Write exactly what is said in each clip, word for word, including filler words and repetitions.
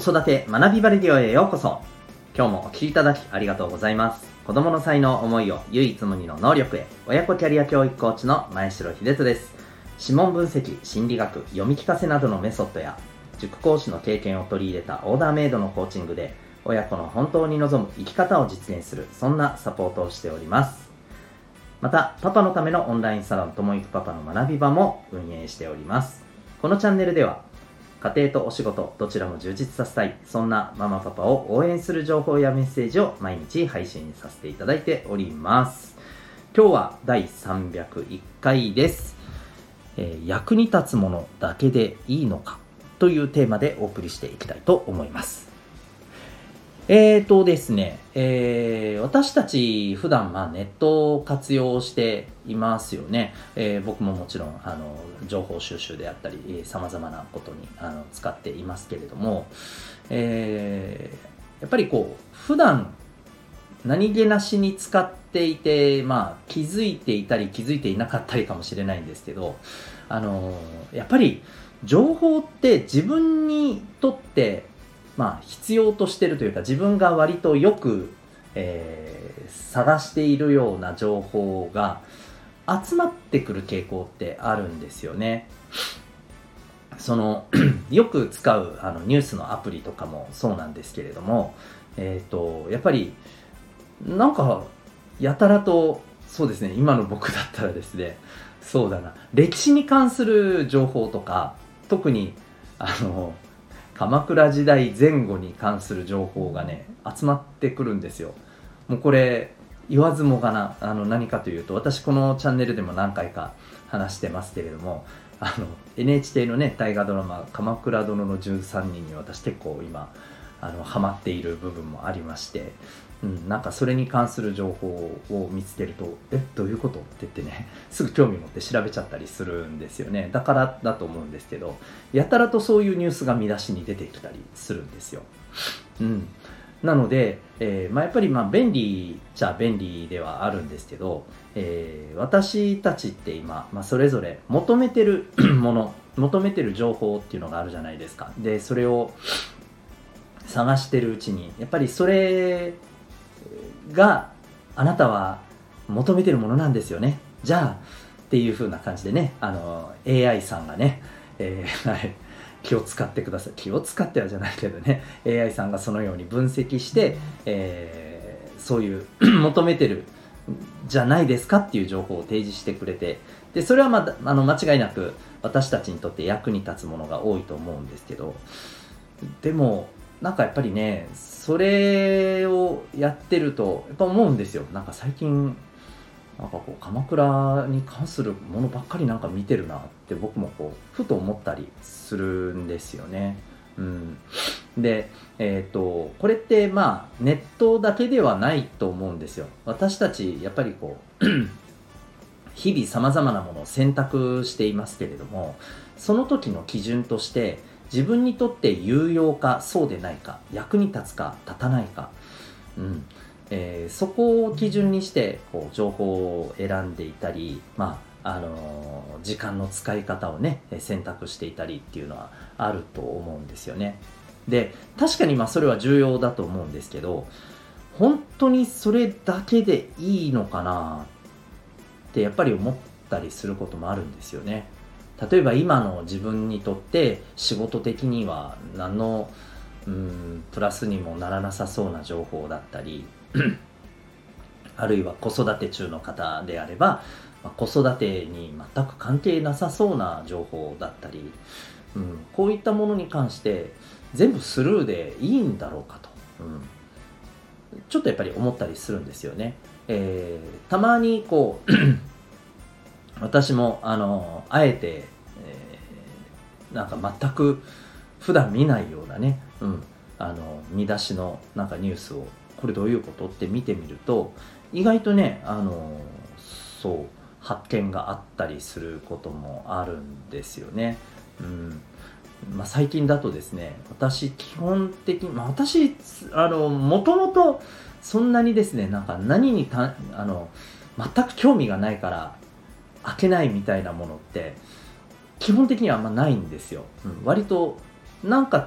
育て学びバレディオへようこそ。今日もお聞きいただきありがとうございます。子供の才能、思いを唯一無二の能力へ、親子キャリア教育コーチの前城秀人です。指紋分析、心理学、読み聞かせなどのメソッドや塾講師の経験を取り入れたオーダーメイドのコーチングで親子の本当に望む生き方を実現する、そんなサポートをしております。またパパのためのオンラインサロンともいくパパの学び場も運営しております。このチャンネルでは家庭とお仕事どちらも充実させたい、そんなママパパを応援する情報やメッセージを毎日配信させていただいております。今日はだいさんびゃくいっかいです。えー、役に立つものだけでいいのかというテーマでお送りしていきたいと思います。えーとですね、えー、私たち普段まあネットを活用していますよね。えー、僕ももちろんあの情報収集であったりさまざまなことにあの使っていますけれども、えー、やっぱりこう普段何気なしに使っていて、まあ気づいていたり気づいていなかったりかもしれないんですけど、あのやっぱり情報って自分にとってまあ、必要としているというか、自分が割とよく、えー、探しているような情報が集まってくる傾向ってあるんですよね。そのよく使うあのニュースのアプリとかもそうなんですけれども、えーと、やっぱりなんかやたらとそうですね、今の僕だったらですね、そうだな、歴史に関する情報とか、特にあの鎌倉時代前後に関する情報がね集まってくるんですよ。もうこれ言わずもがな、あの何かというと、私このチャンネルでも何回か話してますけれども、あの エヌエイチケー のね大河ドラマ鎌倉殿のじゅうさんにんに私結構今あのハマっている部分もありまして、うん、なんかそれに関する情報を見つけると、えどういうことって言ってね、すぐ興味持って調べちゃったりするんですよね。だからだと思うんですけど、やたらとそういうニュースが見出しに出てきたりするんですよ。うん、なので、えーまあ、やっぱりまあ便利っちゃ便利ではあるんですけど、えー、私たちって今、まあ、それぞれ求めてるもの、求めてる情報っていうのがあるじゃないですか。でそれを探してるうちに、やっぱりそれがあなたは求めてるものなんですよね。じゃあっていう風な感じでね、あの エーアイ さんがね、えーはい、気を使ってください。気を使ってはじゃないけどね、 エーアイ さんがそのように分析して、えー、そういう求めてるじゃないですかっていう情報を提示してくれて、でそれは、ま、あの間違いなく私たちにとって役に立つものが多いと思うんですけど、でもなんかやっぱりね、それをやってるとやっぱ思うんですよ。なんか最近なんかこう鎌倉に関するものばっかりなんか見てるなって僕もこうふと思ったりするんですよね。うん、で、えーと、これってまあネットだけではないと思うんですよ。私たちやっぱりこう日々さまざまなものを選択していますけれども、その時の基準として自分にとって有用かそうでないか、役に立つか立たないか、うんえー、そこを基準にしてこう情報を選んでいたり、まああのー、時間の使い方をね選択していたりっていうのはあると思うんですよね。で確かにまあそれは重要だと思うんですけど、本当にそれだけでいいのかなってやっぱり思ったりすることもあるんですよね。例えば今の自分にとって仕事的には何のうんプラスにもならなさそうな情報だったりあるいは子育て中の方であれば、まあ、子育てに全く関係なさそうな情報だったり、うん、こういったものに関して全部スルーでいいんだろうかと、うん、ちょっとやっぱり思ったりするんですよね。えー、たまにこう私もあのあえて、えー、なんか全く普段見ないようなね、うん、あの見出しのなんかニュースをこれどういうことって見てみると、意外とねあのそう発見があったりすることもあるんですよね。うんまあ、最近だとですね、私基本的に、まあ、私あのもともとそんなにですね、なんか何にたあの全く興味がないから開けないみたいなものって基本的にはあんまないんですよ。うん、割となんか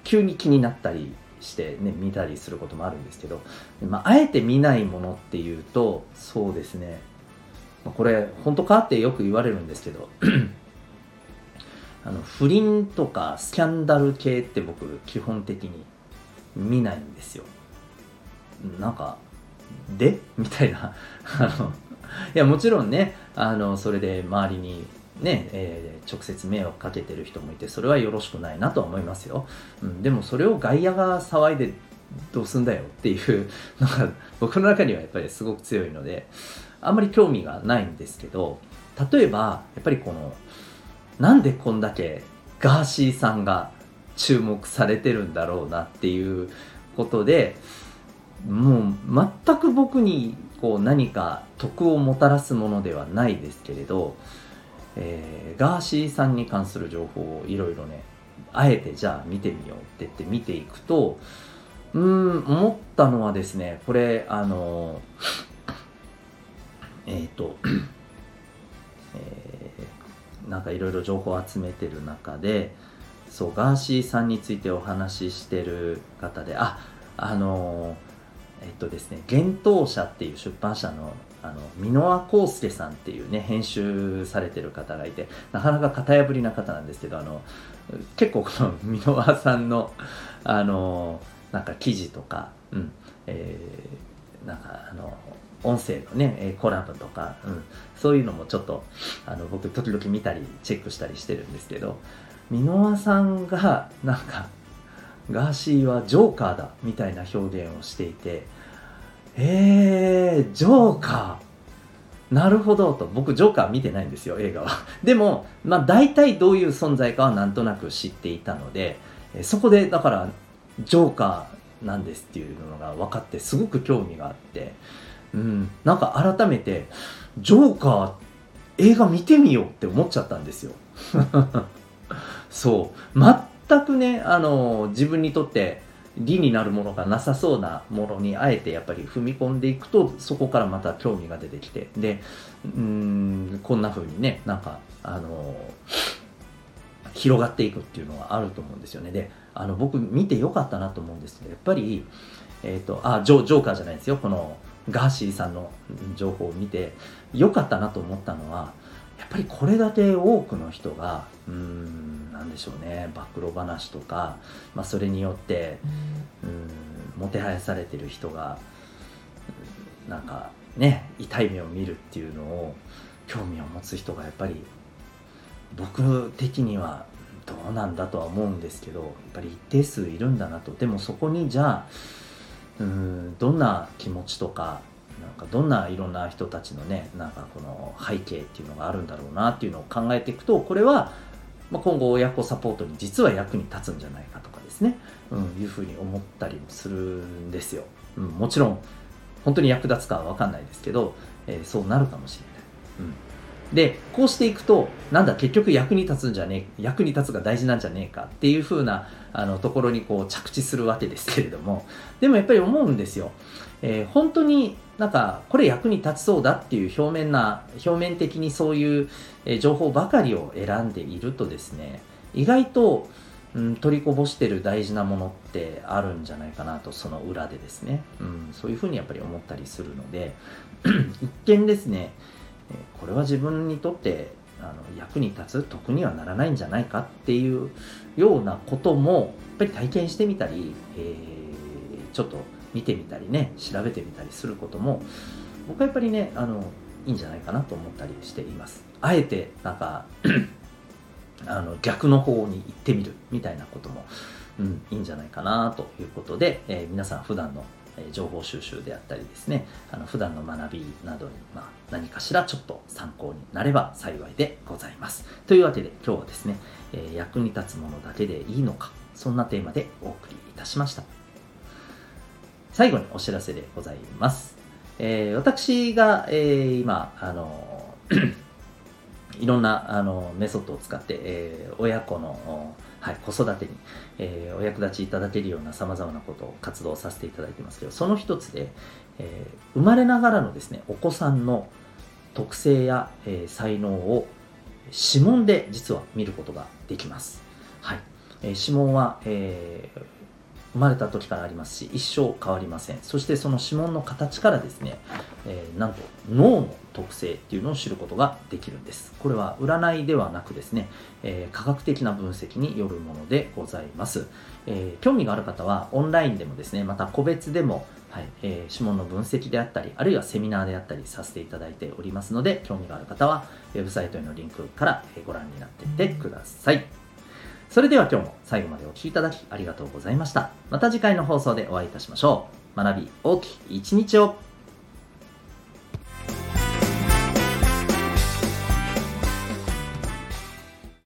急に気になったりしてね見たりすることもあるんですけど、まあ、あえて見ないものっていうとそうですね、まあ、これ本当かってよく言われるんですけどあの不倫とかスキャンダル系って僕基本的に見ないんですよ。なんかでみたいなあのいやもちろんねあのそれで周りにね、えー、直接迷惑かけてる人もいてそれはよろしくないなとは思いますよ、うん、でもそれを外野が騒いでどうすんだよっていうのが僕の中にはやっぱりすごく強いのであんまり興味がないんですけど、例えばやっぱりこのなんでこんだけガーシーさんが注目されてるんだろうなっていうことでもう全く僕にこう何か得をもたらすものではないですけれど、えー、ガーシーさんに関する情報をいろいろねあえてじゃあ見てみようって言って見ていくとうーん思ったのはですね、これあのえっ、ー、と、えー、なんかいろいろ情報を集めてる中でそうガーシーさんについてお話ししてる方でああのえっとですね幻冬舎っていう出版社のあの箕輪康介さんっていうね編集されてる方がいてなかなか型破りな方なんですけど、あの結構この箕輪さんのあのなんか記事とか、うんえー、なんかあの音声のねコラムとか、うん、そういうのもちょっとあの僕時々見たりチェックしたりしてるんですけど、箕輪さんがなんかガーシーはジョーカーだみたいな表現をしていて、えー、ジョーカーなるほどと。僕ジョーカー見てないんですよ映画はでもまあ大体どういう存在かはなんとなく知っていたので、そこでだからジョーカーなんですっていうのが分かってすごく興味があって、うん、なんか改めてジョーカー映画見てみようって思っちゃったんですよそう全くねあの自分にとって理になるものがなさそうなものにあえてやっぱり踏み込んでいくとそこからまた興味が出てきて、でうーんこんな風にねなんかあの広がっていくっていうのがあると思うんですよね。であの僕見てよかったなと思うんですけど、やっぱりえっ、ー、とあジョジョーカーじゃないですよ、このガーシーさんの情報を見てよかったなと思ったのはやっぱりこれだけ多くの人がうーんなんでしょうね暴露話とか、まあ、それによってうーんもてはやされてる人がなんかね痛い目を見るっていうのを興味を持つ人がやっぱり僕的にはどうなんだとは思うんですけど、やっぱり一定数いるんだなと。でもそこにじゃあうーんどんな気持ちとかなんかどんないろんな人たちのねなんかこの背景っていうのがあるんだろうなっていうのを考えていくと、これはまあ今後親子サポートに実は役に立つんじゃないかとかですね、うん、いうふうに思ったりもするんですよ、うん、もちろん本当に役立つかは分かんないですけど、えー、そうなるかもしれない、うんでこうしていくとなんだ結局役に立つんじゃねえ役に立つが大事なんじゃねえかっていう風なあのところにこう着地するわけですけれども、でもやっぱり思うんですよ、えー、本当になんかこれ役に立ちそうだっていう表面な表面的にそういう、えー、情報ばかりを選んでいるとですね意外と、うん、取りこぼしてる大事なものってあるんじゃないかなと、その裏でですね、うん、そういう風にやっぱり思ったりするので一見ですねこれは自分にとってあの役に立つ得にはならないんじゃないかっていうようなこともやっぱり体験してみたり、えー、ちょっと見てみたりね調べてみたりすることも僕はやっぱりねあのいいんじゃないかなと思ったりしています。あえてなんかあの逆の方に行ってみるみたいなことも、うん、いいんじゃないかなということで、えー、皆さん普段の情報収集であったりですねあの普段の学びなどに、まあ、何かしらちょっと参考になれば幸いでございます。というわけで今日はですね、えー、役に立つものだけでいいのか、そんなテーマでお送りいたしました。最後にお知らせでございます。えー、私が、えー、今あのいろんなあのメソッドを使って、えー、親子の、はい、子育てに、えー、お役立ちいただけるようなさまざまなことを活動させていただいてますけど、その一つで、えー、生まれながらのですねお子さんの特性や、えー、才能を指紋で実は見ることができます。はい、 えー指紋は、えー生まれた時からありますし、一生変わりません。そしてその指紋の形からですね、えーなんと脳の特性っていうのを知ることができるんです。これは占いではなくですね、えー科学的な分析によるものでございます。えー興味がある方はオンラインでもですね、また個別でも、はいえー指紋の分析であったり、あるいはセミナーであったりさせていただいておりますので、興味がある方はウェブサイトへのリンクからえーご覧になってみてください。それでは今日も最後までお聞きいただきありがとうございました。また次回の放送でお会いいたしましょう。学び大きい一日を。